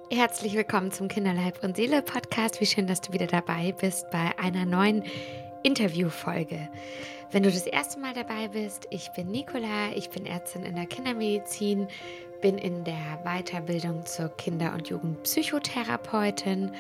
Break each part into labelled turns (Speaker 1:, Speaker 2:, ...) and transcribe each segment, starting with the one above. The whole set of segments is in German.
Speaker 1: Herzlich willkommen zum Kinderleib und Seele Podcast. Wie schön, dass du wieder dabei bist bei einer neuen Interviewfolge. Wenn du das erste Mal dabei bist, ich bin Nicola, ich bin Ärztin in der Kindermedizin, bin in der Weiterbildung zur Kinder- und Jugendpsychotherapeutin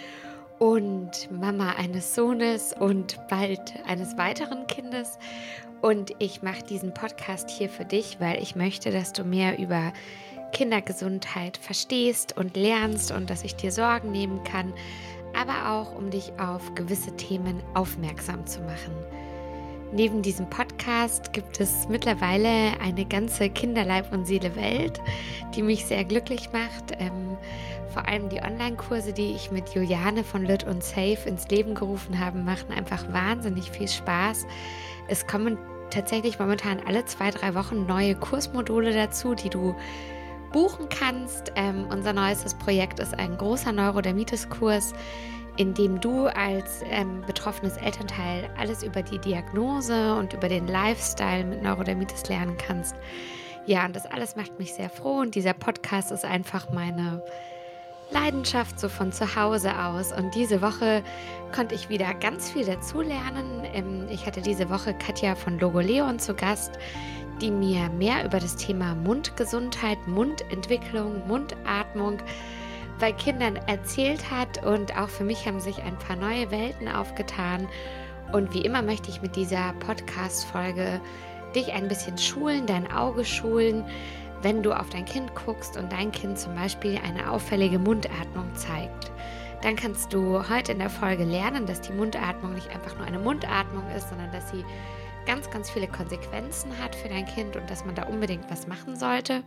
Speaker 1: und Mama eines Sohnes und bald eines weiteren Kindes. Und ich mache diesen Podcast hier für dich, weil ich möchte, dass du mehr über Kindergesundheit verstehst und lernst und dass ich dir Sorgen nehmen kann, aber auch, um dich auf gewisse Themen aufmerksam zu machen. Neben diesem Podcast gibt es mittlerweile eine ganze Kinderleib- und Seele-Welt, die mich sehr glücklich macht. Vor allem die Online-Kurse, die ich mit Juliane von Lit und Safe ins Leben gerufen habe, machen einfach wahnsinnig viel Spaß. Es kommen tatsächlich momentan alle 2-3 Wochen neue Kursmodule dazu, die du buchen kannst. Unser neuestes Projekt ist ein großer Neurodermitis-Kurs, in dem du als betroffenes Elternteil alles über die Diagnose und über den Lifestyle mit Neurodermitis lernen kannst. Ja, und das alles macht mich sehr froh und dieser Podcast ist einfach meine Leidenschaft so von zu Hause aus. Und diese Woche konnte ich wieder ganz viel dazulernen. Ich hatte diese Woche Katja von Logoleon zu Gast, die mir mehr über das Thema Mundgesundheit, Mundentwicklung, Mundatmung bei Kindern erzählt hat. Und auch für mich haben sich ein paar neue Welten aufgetan. Und wie immer möchte ich mit dieser Podcast-Folge dich ein bisschen schulen, dein Auge schulen, wenn du auf dein Kind guckst und dein Kind zum Beispiel eine auffällige Mundatmung zeigt. Dann kannst du heute in der Folge lernen, dass die Mundatmung nicht einfach nur eine Mundatmung ist, sondern dass sie ganz, ganz viele Konsequenzen hat für dein Kind und dass man da unbedingt was machen sollte.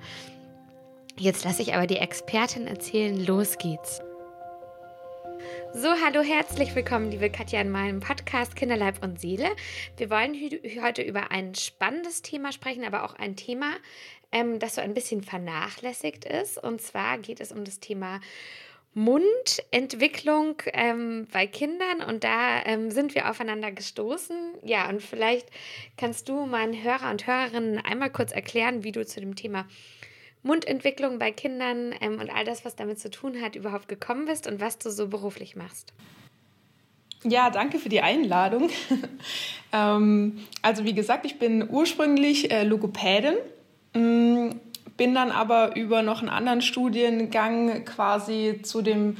Speaker 1: Jetzt lasse ich aber die Expertin erzählen. Los geht's. So, hallo, herzlich willkommen, liebe Katja, in meinem Podcast Kinderleib und Seele. Wir wollen heute über ein spannendes Thema sprechen, aber auch ein Thema, das so ein bisschen vernachlässigt ist. Und zwar geht es um das Thema Mundentwicklung bei Kindern und da sind wir aufeinander gestoßen. Ja, und vielleicht kannst du meinen Hörer und Hörerinnen einmal kurz erklären, wie du zu dem Thema Mundentwicklung bei Kindern und all das, was damit zu tun hat, überhaupt gekommen bist und was du so beruflich machst.
Speaker 2: Ja, danke für die Einladung. Also wie gesagt, ich bin ursprünglich Logopädin, bin dann aber über noch einen anderen Studiengang quasi zu dem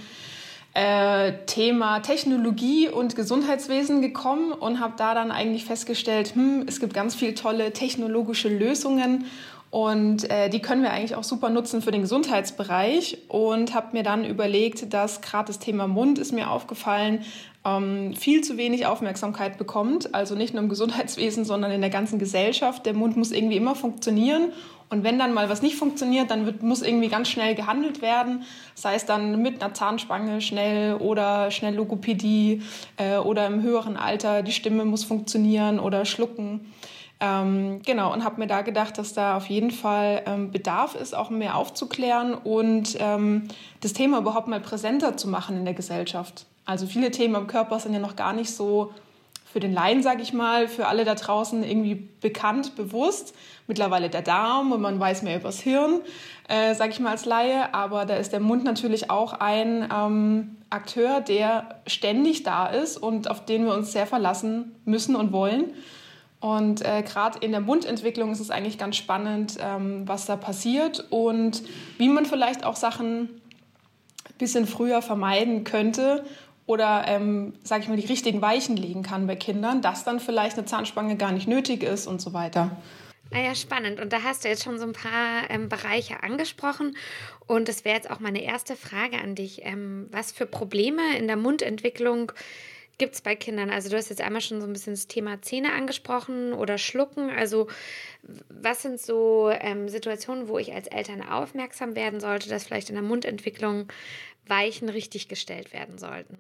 Speaker 2: Thema Technologie und Gesundheitswesen gekommen und habe da dann eigentlich festgestellt, es gibt ganz viele tolle technologische Lösungen und die können wir eigentlich auch super nutzen für den Gesundheitsbereich und habe mir dann überlegt, dass gerade das Thema Mund ist mir aufgefallen, viel zu wenig Aufmerksamkeit bekommt, also nicht nur im Gesundheitswesen, sondern in der ganzen Gesellschaft. Der Mund muss irgendwie immer funktionieren und wenn dann mal was nicht funktioniert, dann muss irgendwie ganz schnell gehandelt werden, sei es dann mit einer Zahnspange schnell oder schnell Logopädie oder im höheren Alter die Stimme muss funktionieren oder schlucken. Genau, und habe mir da gedacht, dass da auf jeden Fall Bedarf ist, auch mehr aufzuklären und das Thema überhaupt mal präsenter zu machen in der Gesellschaft. Also viele Themen am Körper sind ja noch gar nicht so für den Laien, sage ich mal, für alle da draußen irgendwie bekannt, bewusst. Mittlerweile der Darm und man weiß mehr über das Hirn, sage ich mal als Laie. Aber da ist der Mund natürlich auch ein Akteur, der ständig da ist und auf den wir uns sehr verlassen müssen und wollen. Und gerade in der Mundentwicklung ist es eigentlich ganz spannend, was da passiert und wie man vielleicht auch Sachen ein bisschen früher vermeiden könnte oder, sage ich mal, die richtigen Weichen legen kann bei Kindern, dass dann vielleicht eine Zahnspange gar nicht nötig ist und so weiter.
Speaker 1: Naja, spannend. Und da hast du jetzt schon so ein paar Bereiche angesprochen. Und das wäre jetzt auch meine erste Frage an dich. Was für Probleme in der Mundentwicklung gibt es bei Kindern? Also du hast jetzt einmal schon so ein bisschen das Thema Zähne angesprochen oder Schlucken. Also was sind so Situationen, wo ich als Eltern aufmerksam werden sollte, dass vielleicht in der Mundentwicklung Weichen richtig gestellt werden sollten?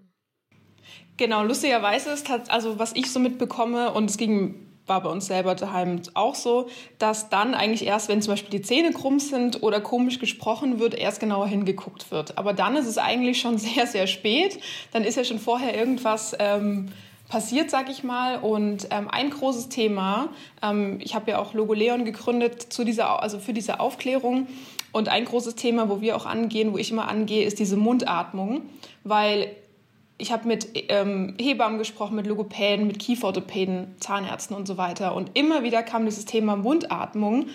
Speaker 2: Genau, lustigerweise ist also was ich so mitbekomme, und es war bei uns selber daheim auch so, dass dann eigentlich erst, wenn zum Beispiel die Zähne krumm sind oder komisch gesprochen wird, erst genauer hingeguckt wird. Aber dann ist es eigentlich schon sehr, sehr spät. Dann ist ja schon vorher irgendwas passiert, sag ich mal. Und ein großes Thema, ich habe ja auch Logoleon gegründet für diese Aufklärung, Und ein großes Thema, wo ich immer angehe, ist diese Mundatmung, weil ich habe mit Hebammen gesprochen, mit Logopäden, mit Kieferorthopäden, Zahnärzten und so weiter. Und immer wieder kam dieses Thema Mundatmung.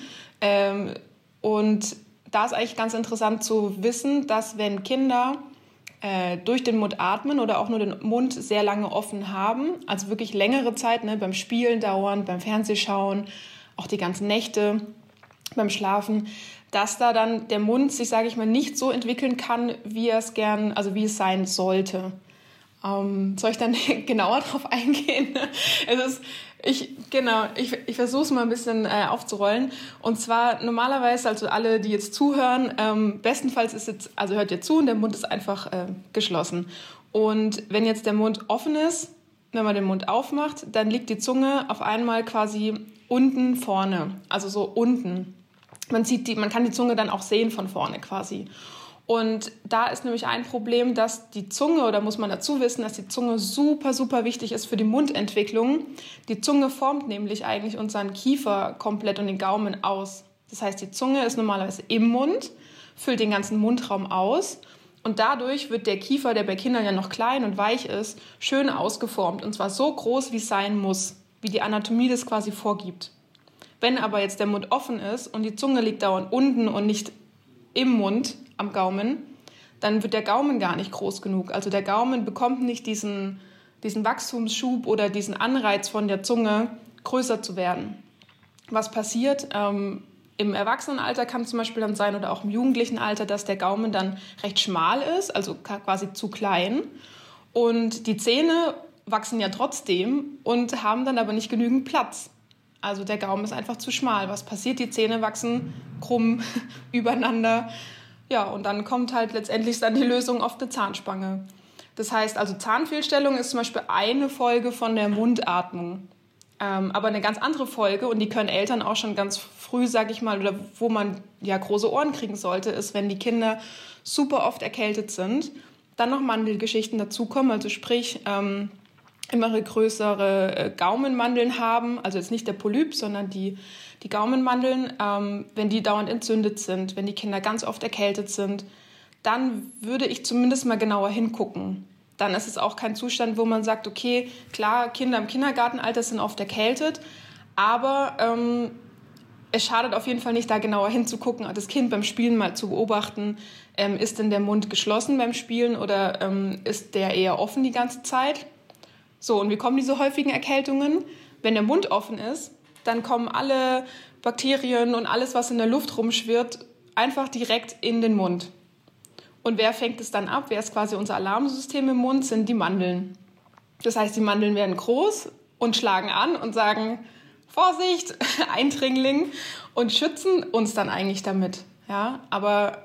Speaker 2: Und da ist eigentlich ganz interessant zu wissen, dass wenn Kinder durch den Mund atmen oder auch nur den Mund sehr lange offen haben, also wirklich längere Zeit, ne, beim Spielen dauernd, beim Fernsehschauen, auch die ganzen Nächte beim Schlafen, dass da dann der Mund sich, sage ich mal, nicht so entwickeln kann, wie es sein sollte. Soll ich dann genauer drauf eingehen? Ich versuche es mal ein bisschen aufzurollen. Und zwar normalerweise, also alle, die jetzt zuhören, bestenfalls ist jetzt, also hört ihr zu und der Mund ist einfach geschlossen. Und wenn jetzt der Mund offen ist, wenn man den Mund aufmacht, dann liegt die Zunge auf einmal quasi unten vorne, also so unten. Man kann die Zunge dann auch sehen von vorne quasi. Und da ist nämlich ein Problem, dass die Zunge, oder muss man dazu wissen, dass die Zunge super, super wichtig ist für die Mundentwicklung. Die Zunge formt nämlich eigentlich unseren Kiefer komplett und den Gaumen aus. Das heißt, die Zunge ist normalerweise im Mund, füllt den ganzen Mundraum aus und dadurch wird der Kiefer, der bei Kindern ja noch klein und weich ist, schön ausgeformt und zwar so groß, wie es sein muss, wie die Anatomie das quasi vorgibt. Wenn aber jetzt der Mund offen ist und die Zunge liegt dauernd unten und nicht im Mund, am Gaumen, dann wird der Gaumen gar nicht groß genug. Also der Gaumen bekommt nicht diesen Wachstumsschub oder diesen Anreiz von der Zunge, größer zu werden. Was passiert? Im Erwachsenenalter kann es zum Beispiel dann sein oder auch im jugendlichen Alter, dass der Gaumen dann recht schmal ist, also quasi zu klein. Und die Zähne wachsen ja trotzdem und haben dann aber nicht genügend Platz. Also der Gaumen ist einfach zu schmal. Was passiert? Die Zähne wachsen krumm übereinander. Ja, und dann kommt halt letztendlich dann die Lösung auf eine Zahnspange. Das heißt, also Zahnfehlstellung ist zum Beispiel eine Folge von der Mundatmung. Aber eine ganz andere Folge, und die können Eltern auch schon ganz früh, sag ich mal, oder wo man ja große Ohren kriegen sollte, ist, wenn die Kinder super oft erkältet sind, dann noch Mandelgeschichten dazukommen, also sprich immer größere Gaumenmandeln haben, also jetzt nicht der Polyp, sondern die Gaumenmandeln, wenn die dauernd entzündet sind, wenn die Kinder ganz oft erkältet sind, dann würde ich zumindest mal genauer hingucken. Dann ist es auch kein Zustand, wo man sagt, okay, klar, Kinder im Kindergartenalter sind oft erkältet, aber es schadet auf jeden Fall nicht, da genauer hinzugucken, das Kind beim Spielen mal zu beobachten, ist denn der Mund geschlossen beim Spielen oder ist der eher offen die ganze Zeit? So, und wie kommen diese häufigen Erkältungen? Wenn der Mund offen ist, dann kommen alle Bakterien und alles, was in der Luft rumschwirrt, einfach direkt in den Mund. Und wer fängt es dann ab? Wer ist quasi unser Alarmsystem im Mund? Sind die Mandeln. Das heißt, die Mandeln werden groß und schlagen an und sagen, Vorsicht, Eindringling, und schützen uns dann eigentlich damit. Ja, aber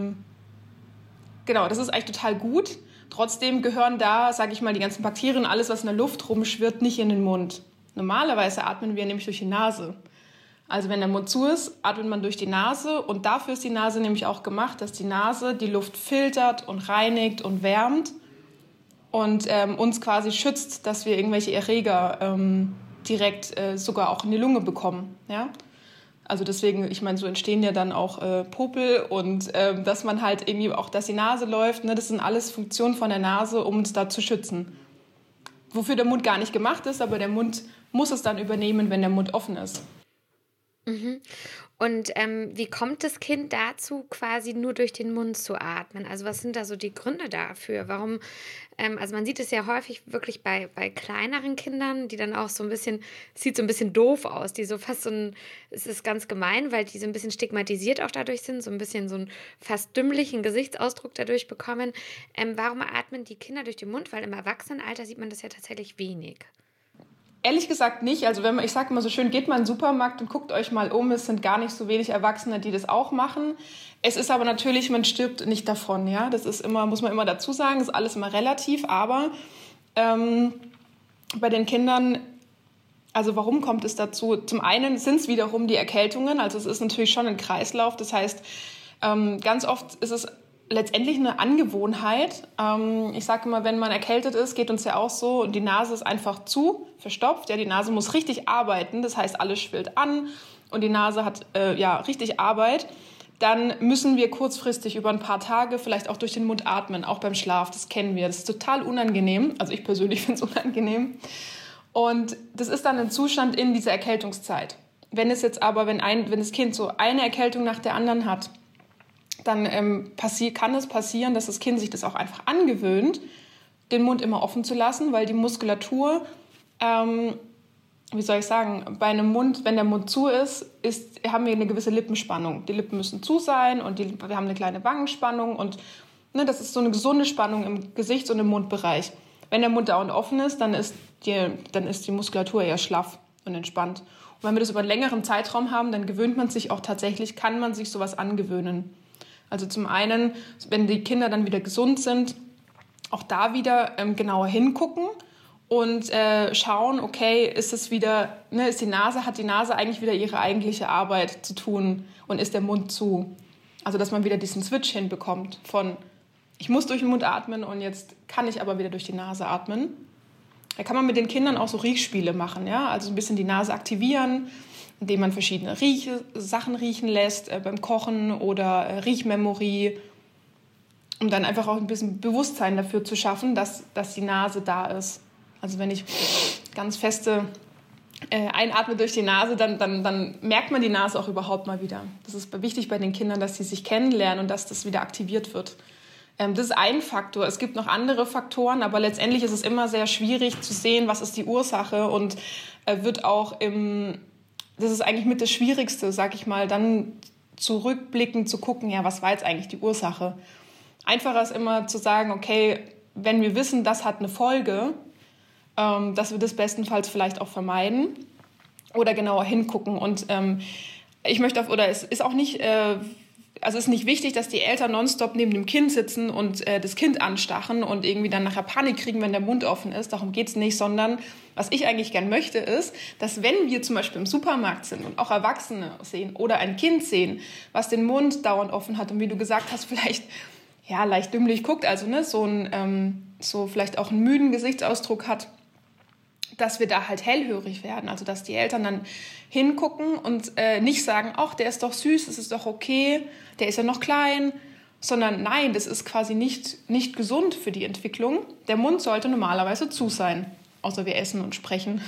Speaker 2: genau, das ist eigentlich total gut. Trotzdem gehören da, sage ich mal, die ganzen Bakterien, alles, was in der Luft rumschwirrt, nicht in den Mund. Normalerweise atmen wir nämlich durch die Nase. Also wenn der Mund zu ist, atmet man durch die Nase und dafür ist die Nase nämlich auch gemacht, dass die Nase die Luft filtert und reinigt und wärmt und uns quasi schützt, dass wir irgendwelche Erreger direkt sogar auch in die Lunge bekommen. Ja? Also deswegen, ich meine, so entstehen ja dann auch Popel und dass man halt irgendwie auch, dass die Nase läuft, ne, das sind alles Funktionen von der Nase, um uns da zu schützen. Wofür der Mund gar nicht gemacht ist, aber der Mund muss es dann übernehmen, wenn der Mund offen ist.
Speaker 1: Mhm. Und wie kommt das Kind dazu, quasi nur durch den Mund zu atmen? Also was sind da so die Gründe dafür? Warum, also man sieht es ja häufig wirklich bei kleineren Kindern, die dann auch so ein bisschen, sieht so ein bisschen doof aus, die so fast es ist ganz gemein, weil die so ein bisschen stigmatisiert auch dadurch sind, so ein bisschen so einen fast dümmlichen Gesichtsausdruck dadurch bekommen. Warum atmen die Kinder durch den Mund? Weil im Erwachsenenalter sieht man das ja tatsächlich wenig.
Speaker 2: Ehrlich gesagt nicht. Also ich sage immer so schön, geht mal in den Supermarkt und guckt euch mal um. Es sind gar nicht so wenig Erwachsene, die das auch machen. Es ist aber natürlich, man stirbt nicht davon. Ja, das ist immer, muss man immer dazu sagen, ist alles immer relativ. Aber bei den Kindern, also warum kommt es dazu? Zum einen sind es wiederum die Erkältungen. Also es ist natürlich schon ein Kreislauf. Das heißt, ganz oft ist es letztendlich eine Angewohnheit. Ich sage immer, wenn man erkältet ist, geht uns ja auch so, und die Nase ist einfach verstopft. Ja, die Nase muss richtig arbeiten, das heißt, alles schwillt an und die Nase hat richtig Arbeit. dann müssen wir kurzfristig über ein paar Tage vielleicht auch durch den Mund atmen, auch beim Schlaf. Das kennen wir. Das ist total unangenehm. Also ich persönlich finde es unangenehm. Und das ist dann ein Zustand in dieser Erkältungszeit. Wenn es jetzt aber, wenn das Kind so eine Erkältung nach der anderen hat, dann kann es passieren, dass das Kind sich das auch einfach angewöhnt, den Mund immer offen zu lassen, weil die Muskulatur, wie soll ich sagen, bei einem Mund, wenn der Mund zu ist, haben wir eine gewisse Lippenspannung. Die Lippen müssen zu sein und wir haben eine kleine Wangenspannung und das ist so eine gesunde Spannung im Gesichts- und im Mundbereich. Wenn der Mund dauernd offen ist, dann ist die Muskulatur eher schlaff und entspannt. Und wenn wir das über einen längeren Zeitraum haben, dann kann man sich sowas angewöhnen. Also zum einen, wenn die Kinder dann wieder gesund sind, auch da wieder genauer hingucken und schauen, okay, hat die Nase eigentlich wieder ihre eigentliche Arbeit zu tun und ist der Mund zu? Also dass man wieder diesen Switch hinbekommt von ich muss durch den Mund atmen und jetzt kann ich aber wieder durch die Nase atmen. Da kann man mit den Kindern auch so Riechspiele machen, ja? Also ein bisschen die Nase aktivieren, indem man verschiedene Sachen riechen lässt beim Kochen oder Riechmemory, um dann einfach auch ein bisschen Bewusstsein dafür zu schaffen, dass die Nase da ist. Also wenn ich ganz feste einatme durch die Nase, dann merkt man die Nase auch überhaupt mal wieder. Das ist wichtig bei den Kindern, dass sie sich kennenlernen und dass das wieder aktiviert wird. Das ist ein Faktor. Es gibt noch andere Faktoren, aber letztendlich ist es immer sehr schwierig zu sehen, was ist die Ursache und wird auch das ist eigentlich mit das Schwierigste, sag ich mal, dann zurückblickend zu gucken, ja, was war jetzt eigentlich die Ursache? Einfacher ist immer zu sagen, okay, wenn wir wissen, das hat eine Folge, dass wir das bestenfalls vielleicht auch vermeiden oder genauer hingucken. Und es ist auch nicht, es ist nicht wichtig, dass die Eltern nonstop neben dem Kind sitzen und das Kind anstachen und irgendwie dann nachher Panik kriegen, wenn der Mund offen ist. Darum geht es nicht, sondern was ich eigentlich gern möchte, ist, dass wenn wir zum Beispiel im Supermarkt sind und auch Erwachsene sehen oder ein Kind sehen, was den Mund dauernd offen hat und wie du gesagt hast, vielleicht leicht dümmlich guckt, also so vielleicht auch einen müden Gesichtsausdruck hat, dass wir da halt hellhörig werden. Also dass die Eltern dann hingucken und nicht sagen, ach, der ist doch süß, es ist doch okay, der ist ja noch klein, sondern nein, das ist quasi nicht gesund für die Entwicklung. Der Mund sollte normalerweise zu sein, außer wir essen und sprechen.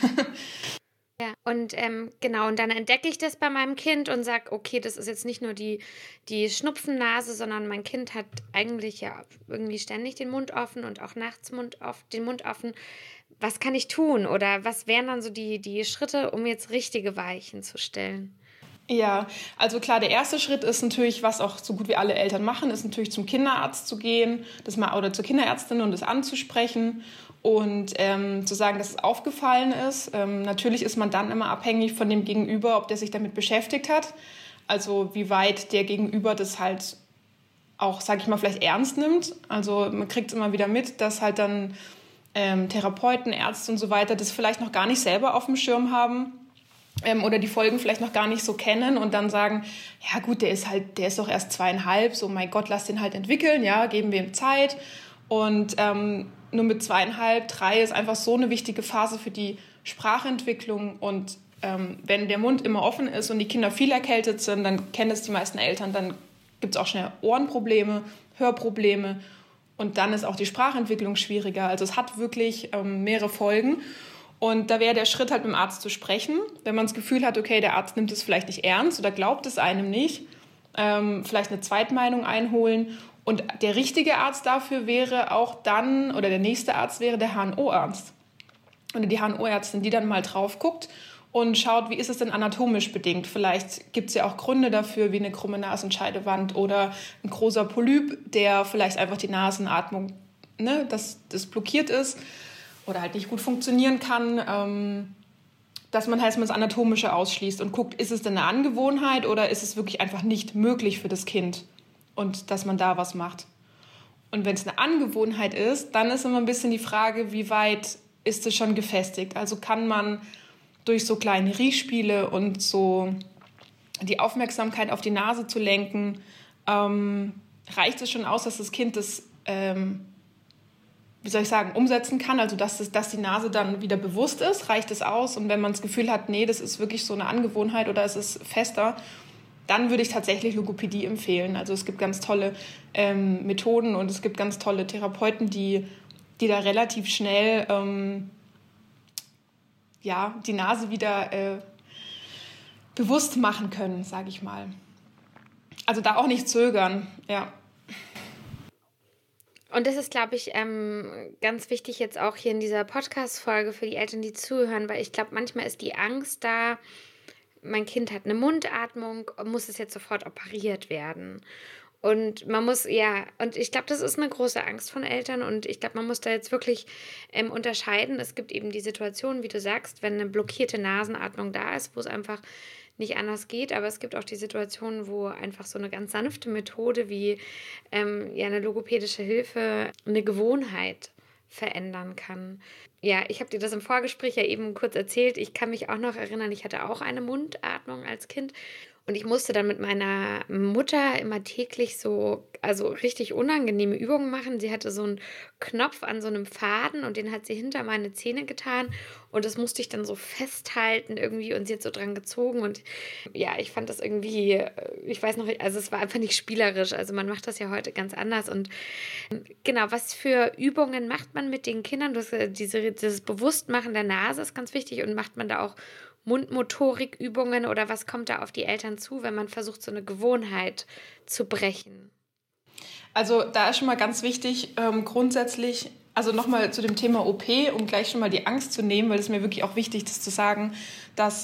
Speaker 1: Ja, und genau, und dann entdecke ich das bei meinem Kind und sage, okay, das ist jetzt nicht nur die Schnupfennase, sondern mein Kind hat eigentlich ja irgendwie ständig den Mund offen und auch nachts den Mund offen. Was kann ich tun oder was wären dann so die Schritte, um jetzt richtige Weichen zu stellen?
Speaker 2: Ja, also klar, der erste Schritt ist natürlich, was auch so gut wie alle Eltern machen, ist natürlich zum Kinderarzt zu gehen oder zur Kinderärztin und das anzusprechen und zu sagen, dass es aufgefallen ist. Natürlich ist man dann immer abhängig von dem Gegenüber, ob der sich damit beschäftigt hat. Also wie weit der Gegenüber das halt auch, sag ich mal, vielleicht ernst nimmt. Also man kriegt es immer wieder mit, dass halt dann Therapeuten, Ärzte und so weiter das vielleicht noch gar nicht selber auf dem Schirm haben oder die Folgen vielleicht noch gar nicht so kennen und dann sagen, ja gut, der ist doch erst 2,5, so mein Gott, lass den halt entwickeln, ja, geben wir ihm Zeit. Und nur mit 2,5, 3 ist einfach so eine wichtige Phase für die Sprachentwicklung und wenn der Mund immer offen ist und die Kinder viel erkältet sind, dann kennen es die meisten Eltern, dann gibt es auch schnell Ohrenprobleme, Hörprobleme. Und dann ist auch die Sprachentwicklung schwieriger. Also es hat wirklich mehrere Folgen. Und da wäre der Schritt halt mit dem Arzt zu sprechen. Wenn man das Gefühl hat, okay, der Arzt nimmt es vielleicht nicht ernst oder glaubt es einem nicht, vielleicht eine Zweitmeinung einholen. Und der richtige Arzt dafür wäre auch dann, oder der nächste Arzt wäre der HNO-Arzt. Oder die HNO-Ärztin, die dann mal drauf guckt und schaut, wie ist es denn anatomisch bedingt. Vielleicht gibt es ja auch Gründe dafür, wie eine krumme Nasenscheidewand oder ein großer Polyp, der vielleicht einfach die Nasenatmung, dass das blockiert ist oder halt nicht gut funktionieren kann, dass man halt mal das Anatomische ausschließt und guckt, ist es denn eine Angewohnheit oder ist es wirklich einfach nicht möglich für das Kind und dass man da was macht. Und wenn es eine Angewohnheit ist, dann ist immer ein bisschen die Frage, wie weit ist es schon gefestigt. Also kann man durch so kleine Riechspiele und so die Aufmerksamkeit auf die Nase zu lenken, reicht es schon aus, dass das Kind das, umsetzen kann, also dass die Nase dann wieder bewusst ist, reicht es aus. Und wenn man das Gefühl hat, nee, das ist wirklich so eine Angewohnheit oder es ist fester, dann würde ich tatsächlich Logopädie empfehlen. Also es gibt ganz tolle Methoden und es gibt ganz tolle Therapeuten, die da relativ schnell die Nase wieder bewusst machen können, sage ich mal. Also da auch nicht zögern, ja.
Speaker 1: Und das ist, glaube ich, ganz wichtig jetzt auch hier in dieser Podcast-Folge für die Eltern, die zuhören, weil ich glaube, manchmal ist die Angst da, mein Kind hat eine Mundatmung, muss es jetzt sofort operiert werden? Und man muss, und ich glaube, das ist eine große Angst von Eltern und ich glaube, man muss da jetzt wirklich unterscheiden. Es gibt eben die Situation, wie du sagst, wenn eine blockierte Nasenatmung da ist, wo es einfach nicht anders geht, aber es gibt auch die Situation, wo einfach so eine ganz sanfte Methode wie eine logopädische Hilfe eine Gewohnheit verändern kann. Ja, ich habe dir das im Vorgespräch ja eben kurz erzählt. Ich kann mich auch noch erinnern, ich hatte auch eine Mundatmung als Kind. Und ich musste dann mit meiner Mutter immer täglich also richtig unangenehme Übungen machen. Sie hatte so einen Knopf an so einem Faden und den hat sie hinter meine Zähne getan. Und das musste ich dann so festhalten irgendwie und sie hat so dran gezogen. Und ja, ich fand das irgendwie, ich weiß noch, also es war einfach nicht spielerisch. Also man macht das ja heute ganz anders. Und genau, was für Übungen macht man mit den Kindern? Dieses Bewusstmachen der Nase ist ganz wichtig. Und macht man da auch Mundmotorikübungen oder was kommt da auf die Eltern zu, wenn man versucht, so eine Gewohnheit zu brechen?
Speaker 2: Also da ist schon mal ganz wichtig, grundsätzlich, also nochmal zu dem Thema OP, um gleich schon mal die Angst zu nehmen, weil es mir wirklich auch wichtig ist zu sagen, dass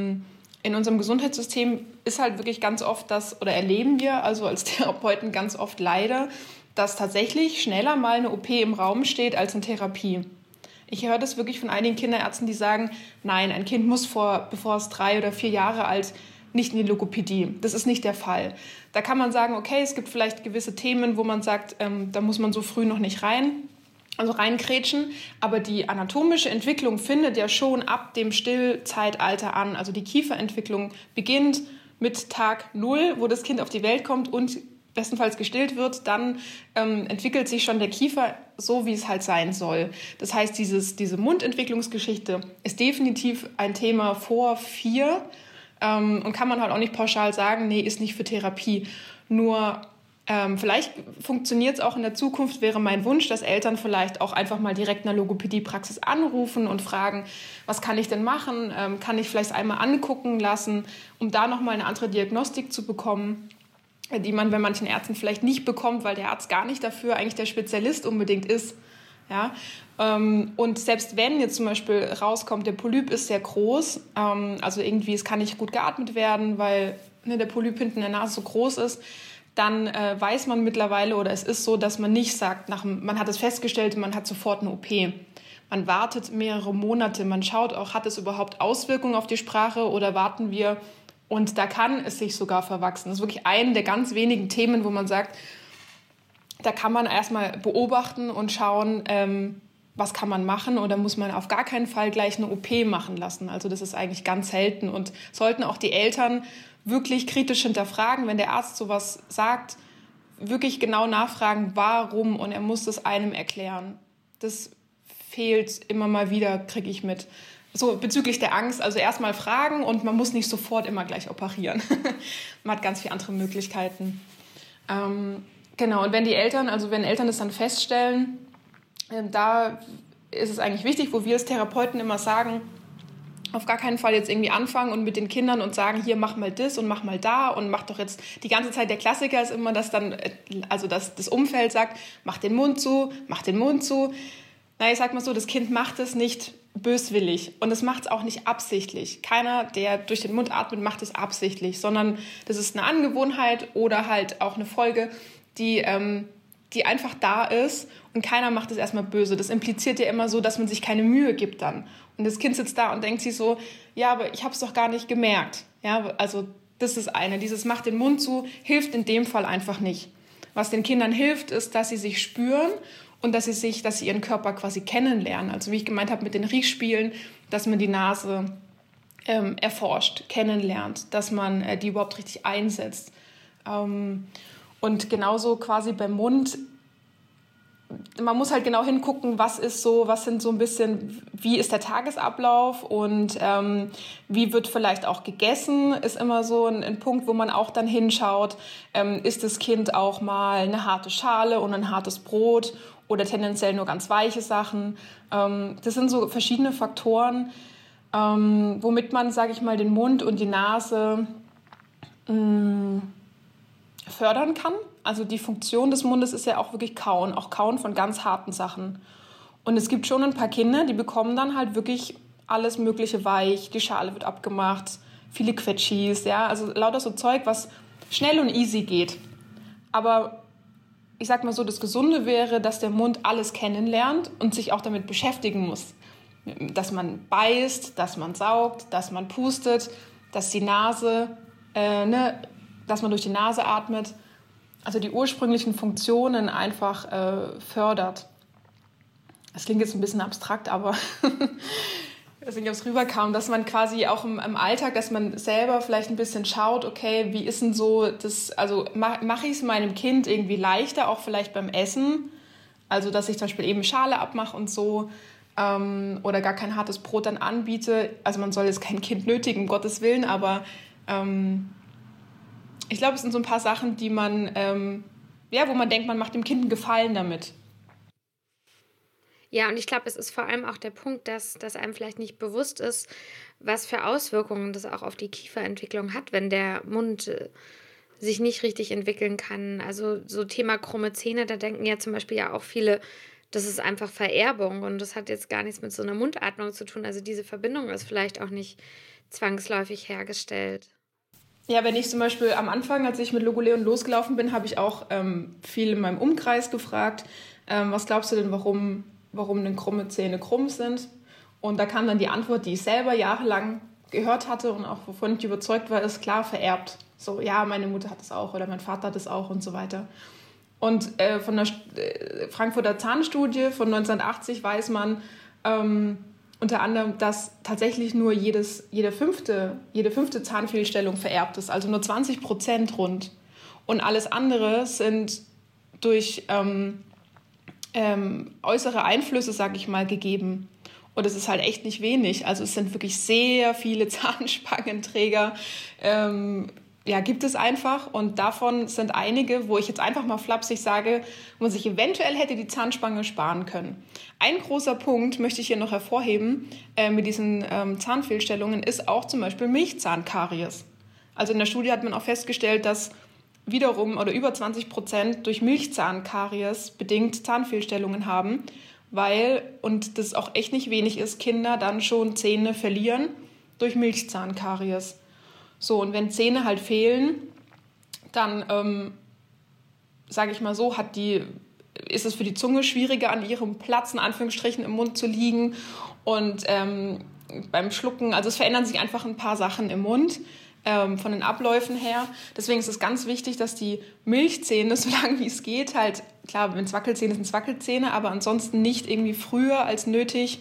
Speaker 2: in unserem Gesundheitssystem ist halt wirklich ganz oft oder erleben wir also als Therapeuten ganz oft leider, dass tatsächlich schneller mal eine OP im Raum steht als eine Therapie. Ich höre das wirklich von einigen Kinderärzten, die sagen, nein, ein Kind muss bevor es 3 oder 4 Jahre alt nicht in die Logopädie. Das ist nicht der Fall. Da kann man sagen, okay, es gibt vielleicht gewisse Themen, wo man sagt, da muss man so früh noch nicht reinkrätschen. Aber die anatomische Entwicklung findet ja schon ab dem Stillzeitalter an. Also die Kieferentwicklung beginnt mit Tag 0, wo das Kind auf die Welt kommt und bestenfalls gestillt wird, dann entwickelt sich schon der Kiefer so, wie es halt sein soll. Das heißt, diese Mundentwicklungsgeschichte ist definitiv ein Thema vor 4 und kann man halt auch nicht pauschal sagen, nee, ist nicht für Therapie. Nur vielleicht funktioniert es auch in der Zukunft, wäre mein Wunsch, dass Eltern vielleicht auch einfach mal direkt in der Logopädie-Praxis anrufen und fragen, was kann ich denn machen? Kann ich vielleicht einmal angucken lassen, um da nochmal eine andere Diagnostik zu bekommen, die man bei manchen Ärzten vielleicht nicht bekommt, weil der Arzt gar nicht dafür eigentlich der Spezialist unbedingt ist. Ja? Und selbst wenn jetzt zum Beispiel rauskommt, der Polyp ist sehr groß, also irgendwie es kann nicht gut geatmet werden, weil der Polyp hinten in der Nase so groß ist, dann weiß man mittlerweile oder es ist so, dass man nicht sagt, man hat es festgestellt, man hat sofort eine OP. Man wartet mehrere Monate, man schaut auch, hat es überhaupt Auswirkungen auf die Sprache oder warten wir. Und da kann es sich sogar verwachsen. Das ist wirklich eine der ganz wenigen Themen, wo man sagt, da kann man erstmal beobachten und schauen, was kann man machen oder muss man auf gar keinen Fall gleich eine OP machen lassen. Also das ist eigentlich ganz selten und sollten auch die Eltern wirklich kritisch hinterfragen, wenn der Arzt sowas sagt, wirklich genau nachfragen, warum, und er muss das einem erklären. Das fehlt immer mal wieder, kriege ich mit. So bezüglich der Angst, also erstmal fragen und man muss nicht sofort immer gleich operieren. Man hat ganz viele andere Möglichkeiten. Genau, und wenn Eltern das dann feststellen, da ist es eigentlich wichtig, wo wir als Therapeuten immer sagen, auf gar keinen Fall jetzt irgendwie anfangen und mit den Kindern und sagen, hier mach mal das und mach mal da und mach doch jetzt die ganze Zeit, der Klassiker ist immer, dass dann, also dass das Umfeld sagt, mach den Mund zu, mach den Mund zu. Na, ich sag mal so, das Kind macht es nicht böswillig und es macht es auch nicht absichtlich. Keiner, der durch den Mund atmet, macht es absichtlich, sondern das ist eine Angewohnheit oder halt auch eine Folge, die einfach da ist und keiner macht es erstmal böse. Das impliziert ja immer so, dass man sich keine Mühe gibt dann. Und das Kind sitzt da und denkt sich so, ja, aber ich habe es doch gar nicht gemerkt. Ja, also das ist dieses macht den Mund zu, hilft in dem Fall einfach nicht. Was den Kindern hilft, ist, dass sie sich spüren und dass sie ihren Körper quasi kennenlernen. Also wie ich gemeint habe mit den Riechspielen, dass man die Nase erforscht, kennenlernt, dass man die überhaupt richtig einsetzt. Und genauso quasi beim Mund man muss halt genau hingucken, was sind so ein bisschen, wie ist der Tagesablauf und wie wird vielleicht auch gegessen, ist immer so ein Punkt, wo man auch dann hinschaut, ist das Kind auch mal eine harte Schale und ein hartes Brot oder tendenziell nur ganz weiche Sachen. Das sind so verschiedene Faktoren, womit man, sage ich mal, den Mund und die Nase fördern kann. Also die Funktion des Mundes ist ja auch wirklich Kauen, auch Kauen von ganz harten Sachen. Und es gibt schon ein paar Kinder, die bekommen dann halt wirklich alles Mögliche weich, die Schale wird abgemacht, viele Quetschis, ja, also lauter so Zeug, was schnell und easy geht. Aber ich sag mal so, das Gesunde wäre, dass der Mund alles kennenlernt und sich auch damit beschäftigen muss. Dass man beißt, dass man saugt, dass man pustet, dass die Nase, dass man durch die Nase atmet. Also die ursprünglichen Funktionen einfach fördert. Das klingt jetzt ein bisschen abstrakt, aber ich weiß nicht, ob es rüberkam, dass man quasi auch im Alltag, dass man selber vielleicht ein bisschen schaut, okay, wie ist denn so das, also mache ich es meinem Kind irgendwie leichter, auch vielleicht beim Essen, also dass ich zum Beispiel eben Schale abmache und so, oder gar kein hartes Brot dann anbiete. Also man soll jetzt kein Kind nötigen, um Gottes Willen, aber ich glaube, es sind so ein paar Sachen, die man, wo man denkt, man macht dem Kind einen Gefallen damit.
Speaker 1: Ja, und ich glaube, es ist vor allem auch der Punkt, dass einem vielleicht nicht bewusst ist, was für Auswirkungen das auch auf die Kieferentwicklung hat, wenn der Mund sich nicht richtig entwickeln kann. Also so Thema krumme Zähne, da denken ja zum Beispiel ja auch viele, das ist einfach Vererbung und das hat jetzt gar nichts mit so einer Mundatmung zu tun. Also diese Verbindung ist vielleicht auch nicht zwangsläufig hergestellt.
Speaker 2: Ja, wenn ich zum Beispiel am Anfang, als ich mit Logoleon losgelaufen bin, habe ich auch viel in meinem Umkreis gefragt, was glaubst du denn, warum denn krumme Zähne krumm sind? Und da kam dann die Antwort, die ich selber jahrelang gehört hatte und auch wovon ich überzeugt war, ist klar vererbt. So, ja, meine Mutter hat es auch oder mein Vater hat es auch und so weiter. Und von der Frankfurter Zahnstudie von 1980 weiß man unter anderem, dass tatsächlich nur jede fünfte Zahnfehlstellung vererbt ist, also nur 20% rund. Und alles andere sind durch äußere Einflüsse, sage ich mal, gegeben. Und es ist halt echt nicht wenig. Also es sind wirklich sehr viele Zahnspangenträger, gibt es einfach. Und davon sind einige, wo ich jetzt einfach mal flapsig sage, wo man sich eventuell hätte die Zahnspange sparen können. Ein großer Punkt möchte ich hier noch hervorheben mit diesen Zahnfehlstellungen ist auch zum Beispiel Milchzahnkaries. Also in der Studie hat man auch festgestellt, dass wiederum oder über 20% durch Milchzahnkaries bedingt Zahnfehlstellungen haben, weil, und das auch echt nicht wenig ist, Kinder dann schon Zähne verlieren durch Milchzahnkaries. So, und wenn Zähne halt fehlen, dann, sage ich mal so, ist es für die Zunge schwieriger, an ihrem Platz, in Anführungsstrichen, im Mund zu liegen. Und beim Schlucken, also es verändern sich einfach ein paar Sachen im Mund, von den Abläufen her. Deswegen ist es ganz wichtig, dass die Milchzähne, solange wie es geht, halt, klar, wenn es Wackelzähne sind, es Wackelzähne, aber ansonsten nicht irgendwie früher als nötig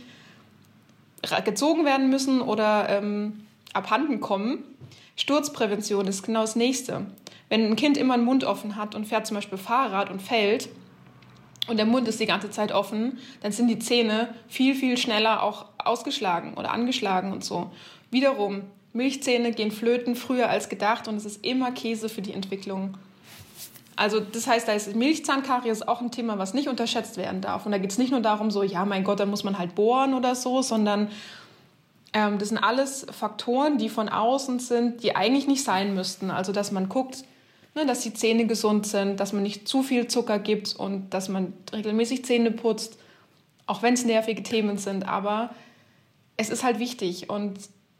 Speaker 2: gezogen werden müssen oder abhanden kommen. Sturzprävention ist genau das Nächste. Wenn ein Kind immer den Mund offen hat und fährt zum Beispiel Fahrrad und fällt und der Mund ist die ganze Zeit offen, dann sind die Zähne viel, viel schneller auch ausgeschlagen oder angeschlagen und so. Wiederum, Milchzähne gehen flöten früher als gedacht und es ist immer Käse für die Entwicklung. Also das heißt, da ist Milchzahnkaries auch ein Thema, was nicht unterschätzt werden darf. Und da geht es nicht nur darum, so, ja, mein Gott, da muss man halt bohren oder so, sondern das sind alles Faktoren, die von außen sind, die eigentlich nicht sein müssten. Also dass man guckt, dass die Zähne gesund sind, dass man nicht zu viel Zucker gibt und dass man regelmäßig Zähne putzt, auch wenn es nervige Themen sind. Aber es ist halt wichtig und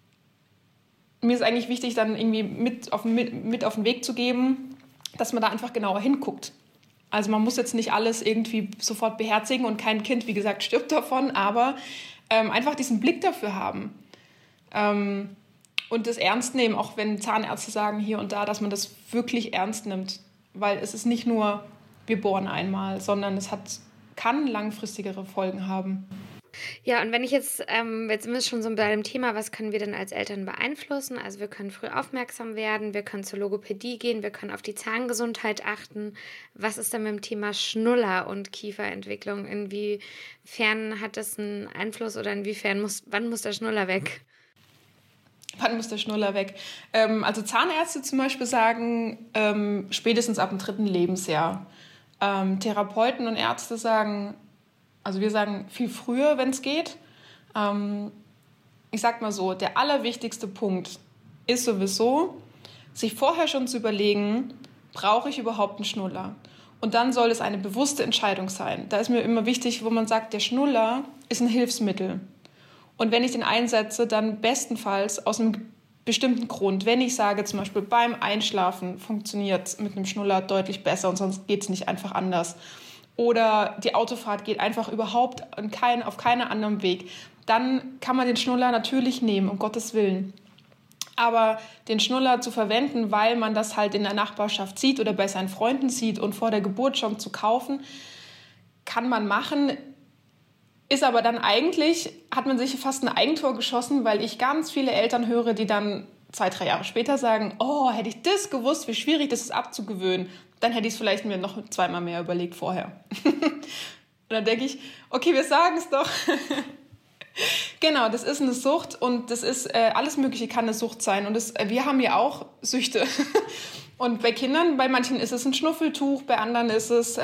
Speaker 2: mir ist eigentlich wichtig, dann irgendwie mit auf den Weg zu geben, dass man da einfach genauer hinguckt. Also man muss jetzt nicht alles irgendwie sofort beherzigen und kein Kind, wie gesagt, stirbt davon, aber einfach diesen Blick dafür haben. Und das ernst nehmen, auch wenn Zahnärzte sagen hier und da, dass man das wirklich ernst nimmt. Weil es ist nicht nur, wir bohren einmal, sondern es kann langfristigere Folgen haben.
Speaker 1: Ja, und wenn ich jetzt sind wir schon so bei dem Thema, was können wir denn als Eltern beeinflussen? Also wir können früh aufmerksam werden, wir können zur Logopädie gehen, wir können auf die Zahngesundheit achten. Was ist denn mit dem Thema Schnuller und Kieferentwicklung? Inwiefern hat das einen Einfluss oder wann muss der Schnuller weg?
Speaker 2: Wann muss der Schnuller weg? Also Zahnärzte zum Beispiel sagen, spätestens ab dem 3. Lebensjahr. Therapeuten und Ärzte sagen, also wir sagen viel früher, wenn es geht. Ich sag mal so, der allerwichtigste Punkt ist sowieso, sich vorher schon zu überlegen, brauche ich überhaupt einen Schnuller? Und dann soll es eine bewusste Entscheidung sein. Da ist mir immer wichtig, wo man sagt, der Schnuller ist ein Hilfsmittel. Und wenn ich den einsetze, dann bestenfalls aus einem bestimmten Grund. Wenn ich sage, zum Beispiel beim Einschlafen funktioniert es mit einem Schnuller deutlich besser und sonst geht es nicht einfach anders. Oder die Autofahrt geht einfach überhaupt auf keinen anderen Weg, dann kann man den Schnuller natürlich nehmen, um Gottes Willen. Aber den Schnuller zu verwenden, weil man das halt in der Nachbarschaft sieht oder bei seinen Freunden sieht und vor der Geburt schon zu kaufen, kann man machen, ist aber dann eigentlich, hat man sich fast ein Eigentor geschossen, weil ich ganz viele Eltern höre, die dann 2-3 Jahre später sagen, oh, hätte ich das gewusst, wie schwierig das ist abzugewöhnen, dann hätte ich es vielleicht mir noch 2-mal mehr überlegt vorher. Und dann denke ich, okay, wir sagen es doch. Genau, das ist eine Sucht und das ist alles Mögliche kann eine Sucht sein. Und wir haben ja auch Süchte. Und bei Kindern, bei manchen ist es ein Schnuffeltuch, bei anderen ist es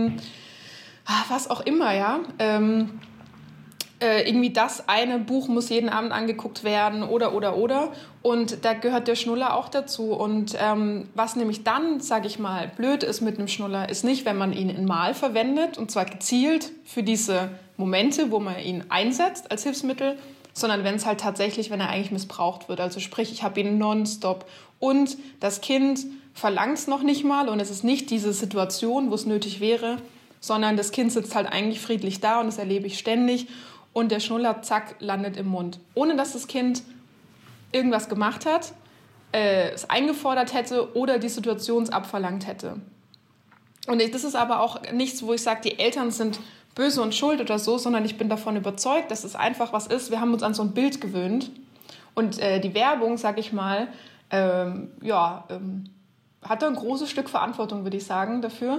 Speaker 2: was auch immer, ja. Irgendwie das eine Buch muss jeden Abend angeguckt werden oder. Und da gehört der Schnuller auch dazu. Und was nämlich dann, sage ich mal, blöd ist mit einem Schnuller, ist nicht, wenn man ihn mal verwendet, und zwar gezielt für diese Momente, wo man ihn einsetzt als Hilfsmittel, sondern wenn es halt tatsächlich, wenn er eigentlich missbraucht wird. Also sprich, ich habe ihn nonstop und das Kind verlangt es noch nicht mal und es ist nicht diese Situation, wo es nötig wäre, sondern das Kind sitzt halt eigentlich friedlich da und das erlebe ich ständig. Und der Schnuller, zack, landet im Mund. Ohne dass das Kind irgendwas gemacht hat, es eingefordert hätte oder die Situation abverlangt hätte. Und das ist aber auch nichts, wo ich sage, die Eltern sind böse und schuld oder so, sondern ich bin davon überzeugt, dass es einfach was ist. Wir haben uns an so ein Bild gewöhnt. Und die Werbung, sage ich mal, hat da ein großes Stück Verantwortung, würde ich sagen, dafür.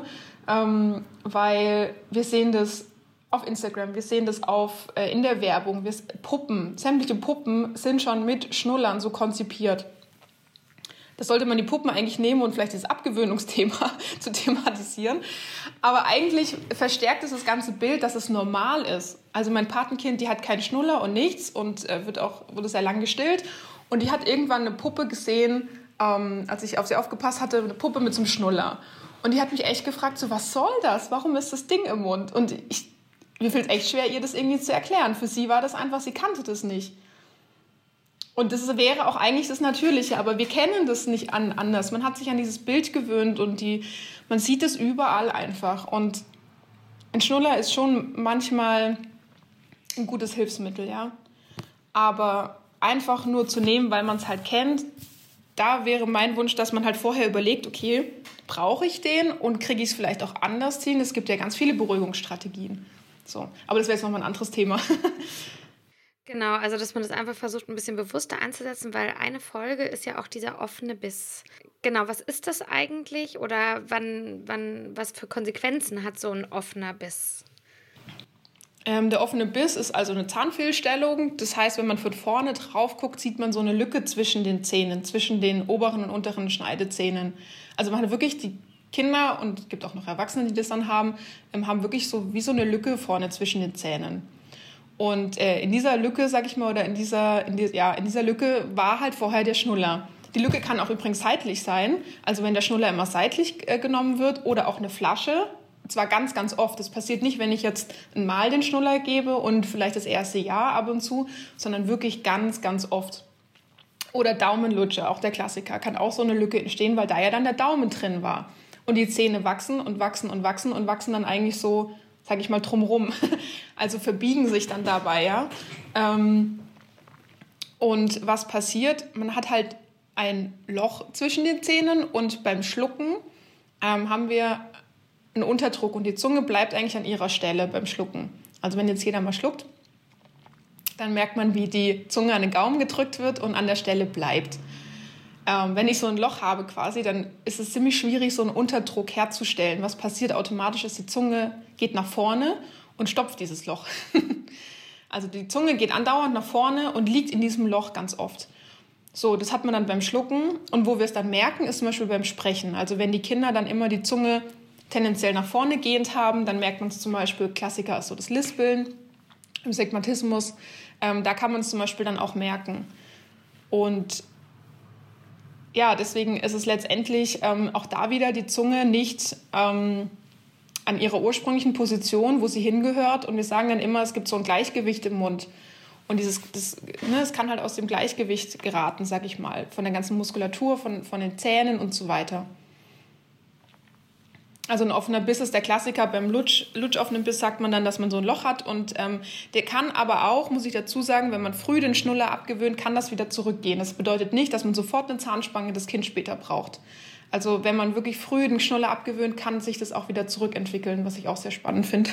Speaker 2: Weil wir sehen das auf Instagram, wir sehen das in der Werbung. Sämtliche Puppen sind schon mit Schnullern so konzipiert. Das sollte man die Puppen eigentlich nehmen und vielleicht das Abgewöhnungsthema zu thematisieren. Aber eigentlich verstärkt es das ganze Bild, dass es normal ist. Also mein Patenkind, die hat keinen Schnuller und nichts und wurde sehr lang gestillt. Und die hat irgendwann eine Puppe gesehen, als ich auf sie aufgepasst hatte, eine Puppe mit so einem Schnuller. Und die hat mich echt gefragt, so, was soll das? Warum ist das Ding im Mund? Und mir fällt es echt schwer, ihr das irgendwie zu erklären. Für sie war das einfach, sie kannte das nicht. Und das wäre auch eigentlich das Natürliche, aber wir kennen das nicht anders. Man hat sich an dieses Bild gewöhnt und man sieht es überall einfach. Und ein Schnuller ist schon manchmal ein gutes Hilfsmittel, ja. Aber einfach nur zu nehmen, weil man es halt kennt, da wäre mein Wunsch, dass man halt vorher überlegt, okay, brauche ich den und kriege ich es vielleicht auch anders hin? Es gibt ja ganz viele Beruhigungsstrategien. So. Aber das wäre jetzt nochmal ein anderes Thema.
Speaker 1: Genau, also dass man das einfach versucht, ein bisschen bewusster anzusetzen, weil eine Folge ist ja auch dieser offene Biss. Genau, was ist das eigentlich oder was für Konsequenzen hat so ein offener Biss?
Speaker 2: Der offene Biss ist also eine Zahnfehlstellung. Das heißt, wenn man von vorne drauf guckt, sieht man so eine Lücke zwischen den Zähnen, zwischen den oberen und unteren Schneidezähnen. Also man hat wirklich die Kinder, und es gibt auch noch Erwachsene, die das dann haben wirklich so wie so eine Lücke vorne zwischen den Zähnen. Und in dieser Lücke, sag ich mal, oder in dieser Lücke war halt vorher der Schnuller. Die Lücke kann auch übrigens seitlich sein, also wenn der Schnuller immer seitlich genommen wird oder auch eine Flasche. Zwar ganz, ganz oft. Das passiert nicht, wenn ich jetzt einmal den Schnuller gebe und vielleicht das erste Jahr ab und zu, sondern wirklich ganz, ganz oft. Oder Daumenlutsche, auch der Klassiker, kann auch so eine Lücke entstehen, weil da ja dann der Daumen drin war. Und die Zähne wachsen und wachsen und wachsen und wachsen dann eigentlich so, sage ich mal, drumrum. Also verbiegen sich dann dabei, ja. Und was passiert? Man hat halt ein Loch zwischen den Zähnen und beim Schlucken haben wir einen Unterdruck und die Zunge bleibt eigentlich an ihrer Stelle beim Schlucken. Also wenn jetzt jeder mal schluckt, dann merkt man, wie die Zunge an den Gaumen gedrückt wird und an der Stelle bleibt. Wenn ich so ein Loch habe quasi, dann ist es ziemlich schwierig, so einen Unterdruck herzustellen. Was passiert automatisch ist, die Zunge geht nach vorne und stopft dieses Loch. Also die Zunge geht andauernd nach vorne und liegt in diesem Loch ganz oft. So, das hat man dann beim Schlucken. Und wo wir es dann merken, ist zum Beispiel beim Sprechen. Also wenn die Kinder dann immer die Zunge tendenziell nach vorne gehend haben, dann merkt man es zum Beispiel, Klassiker ist so das Lispeln, im Sigmatismus. Da kann man es zum Beispiel dann auch merken. Und ja, deswegen ist es letztendlich auch da wieder die Zunge nicht an ihrer ursprünglichen Position, wo sie hingehört. Und wir sagen dann immer, es gibt so ein Gleichgewicht im Mund. Und es kann halt aus dem Gleichgewicht geraten, sag ich mal, von der ganzen Muskulatur, von den Zähnen und so weiter. Also ein offener Biss ist der Klassiker. Beim lutschoffenen Biss sagt man dann, dass man so ein Loch hat. Und der kann aber auch, muss ich dazu sagen, wenn man früh den Schnuller abgewöhnt, kann das wieder zurückgehen. Das bedeutet nicht, dass man sofort eine Zahnspange das Kind später braucht. Also wenn man wirklich früh den Schnuller abgewöhnt, kann sich das auch wieder zurückentwickeln, was ich auch sehr spannend finde.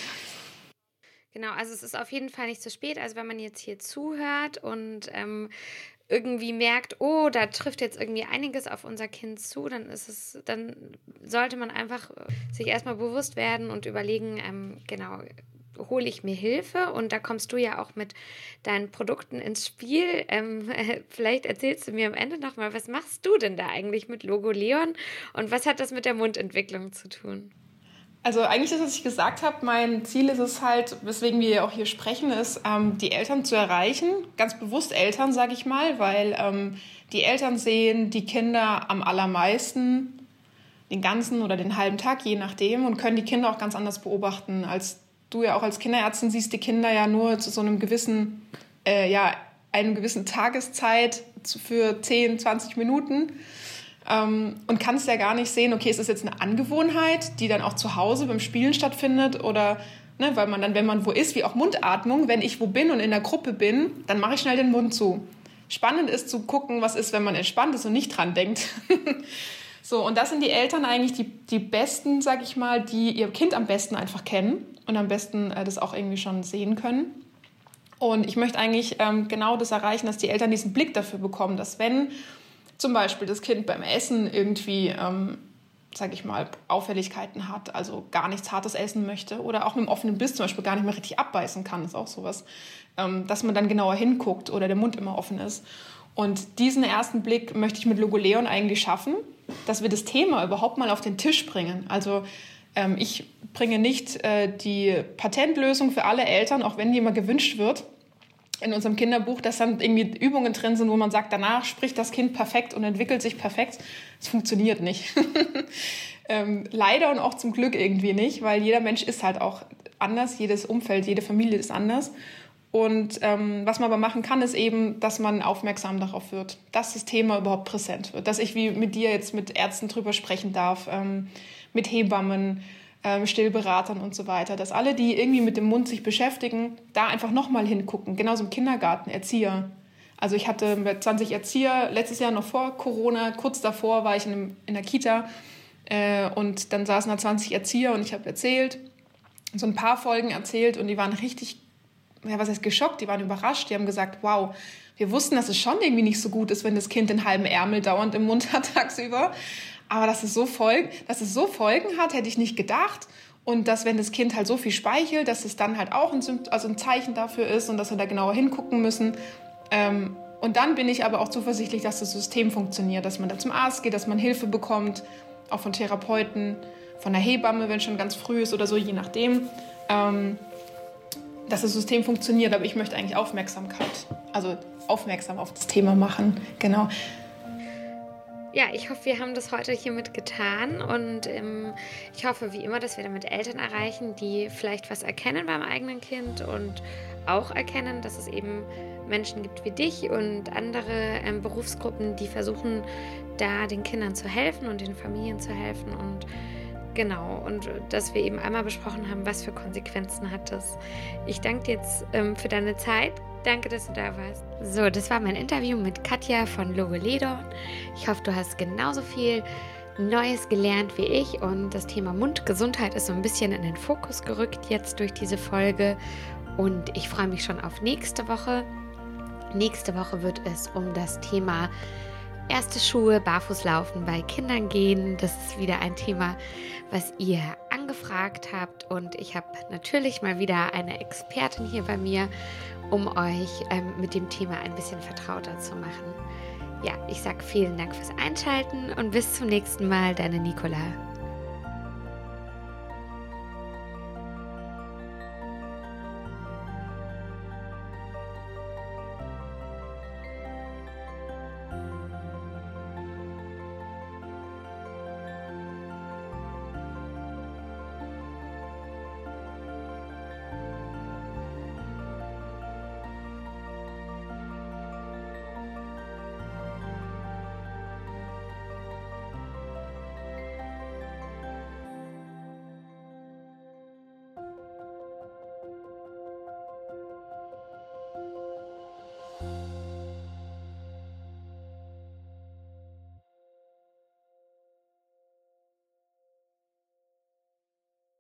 Speaker 1: Genau, also es ist auf jeden Fall nicht zu spät. Also wenn man jetzt hier zuhört und irgendwie merkt, oh, da trifft jetzt irgendwie einiges auf unser Kind zu, dann sollte man einfach sich erstmal bewusst werden und überlegen, genau, hole ich mir Hilfe? Und da kommst du ja auch mit deinen Produkten ins Spiel. Vielleicht erzählst du mir am Ende nochmal, was machst du denn da eigentlich mit Logoleon und was hat das mit der Mundentwicklung zu tun?
Speaker 2: Also eigentlich das, was ich gesagt habe, mein Ziel ist es halt, weswegen wir auch hier sprechen, ist, die Eltern zu erreichen. Ganz bewusst Eltern, sage ich mal, weil die Eltern sehen die Kinder am allermeisten, den ganzen oder den halben Tag, je nachdem, und können die Kinder auch ganz anders beobachten. Als du ja auch als Kinderärztin siehst die Kinder ja nur zu so einem gewissen, einem gewissen Tageszeit für 10, 20 Minuten. Und kannst ja gar nicht sehen, okay, ist das jetzt eine Angewohnheit, die dann auch zu Hause beim Spielen stattfindet oder, ne, weil man dann, wenn man wo ist, wie auch Mundatmung, wenn ich wo bin und in der Gruppe bin, dann mache ich schnell den Mund zu. Spannend ist zu gucken, was ist, wenn man entspannt ist und nicht dran denkt. So, und das sind die Eltern eigentlich die Besten, sag ich mal, die ihr Kind am besten einfach kennen und am besten das auch irgendwie schon sehen können. Und ich möchte eigentlich genau das erreichen, dass die Eltern diesen Blick dafür bekommen, dass wenn zum Beispiel das Kind beim Essen irgendwie, sage ich mal, Auffälligkeiten hat, also gar nichts Hartes essen möchte oder auch mit dem offenen Biss zum Beispiel gar nicht mehr richtig abbeißen kann, ist auch sowas, dass man dann genauer hinguckt oder der Mund immer offen ist. Und diesen ersten Blick möchte ich mit Logoleon eigentlich schaffen, dass wir das Thema überhaupt mal auf den Tisch bringen. Also ich bringe nicht die Patentlösung für alle Eltern, auch wenn die immer gewünscht wird, in unserem Kinderbuch, dass dann irgendwie Übungen drin sind, wo man sagt, danach spricht das Kind perfekt und entwickelt sich perfekt. Das funktioniert nicht. Leider und auch zum Glück irgendwie nicht, weil jeder Mensch ist halt auch anders, jedes Umfeld, jede Familie ist anders. Und was man aber machen kann, ist eben, dass man aufmerksam darauf wird, dass das Thema überhaupt präsent wird. Dass ich wie mit dir jetzt mit Ärzten drüber sprechen darf, mit Hebammen, Stillberatern und so weiter, dass alle, die irgendwie mit dem Mund sich beschäftigen, da einfach nochmal hingucken. Genauso im Kindergarten, Erzieher. Also ich hatte mit 20 Erzieher, letztes Jahr noch vor Corona, kurz davor war ich in der Kita und dann saßen da 20 Erzieher und ich habe erzählt, so ein paar Folgen erzählt und die waren richtig, geschockt, die waren überrascht, die haben gesagt, wow, wir wussten, dass es schon irgendwie nicht so gut ist, wenn das Kind den halben Ärmel dauernd im Mund hat tagsüber. Aber dass es so Folgen hat, hätte ich nicht gedacht. Und dass, wenn das Kind halt so viel speichelt, dass es dann halt auch ein Zeichen dafür ist und dass wir da genauer hingucken müssen. Und dann bin ich aber auch zuversichtlich, dass das System funktioniert, dass man da zum Arzt geht, dass man Hilfe bekommt, auch von Therapeuten, von der Hebamme, wenn es schon ganz früh ist oder so, je nachdem, dass das System funktioniert. Aber ich möchte eigentlich aufmerksam auf das Thema machen. Genau.
Speaker 1: Ja, ich hoffe, wir haben das heute hiermit getan und ich hoffe, wie immer, dass wir damit Eltern erreichen, die vielleicht was erkennen beim eigenen Kind und auch erkennen, dass es eben Menschen gibt wie dich und andere Berufsgruppen, die versuchen, da den Kindern zu helfen und den Familien zu helfen und genau, und dass wir eben einmal besprochen haben, was für Konsequenzen hat das. Ich danke dir jetzt für deine Zeit. Danke, dass du da warst. So, das war mein Interview mit Katja von Logoleon. Ich hoffe, du hast genauso viel Neues gelernt wie ich und das Thema Mundgesundheit ist so ein bisschen in den Fokus gerückt jetzt durch diese Folge. Und ich freue mich schon auf nächste Woche. Nächste Woche wird es um das Thema erste Schuhe, Barfußlaufen bei Kindern gehen. Das ist wieder ein Thema, was ihr angefragt habt. Und ich habe natürlich mal wieder eine Expertin hier bei mir, um euch mit dem Thema ein bisschen vertrauter zu machen. Ja, ich sage vielen Dank fürs Einschalten und bis zum nächsten Mal, deine Nicola.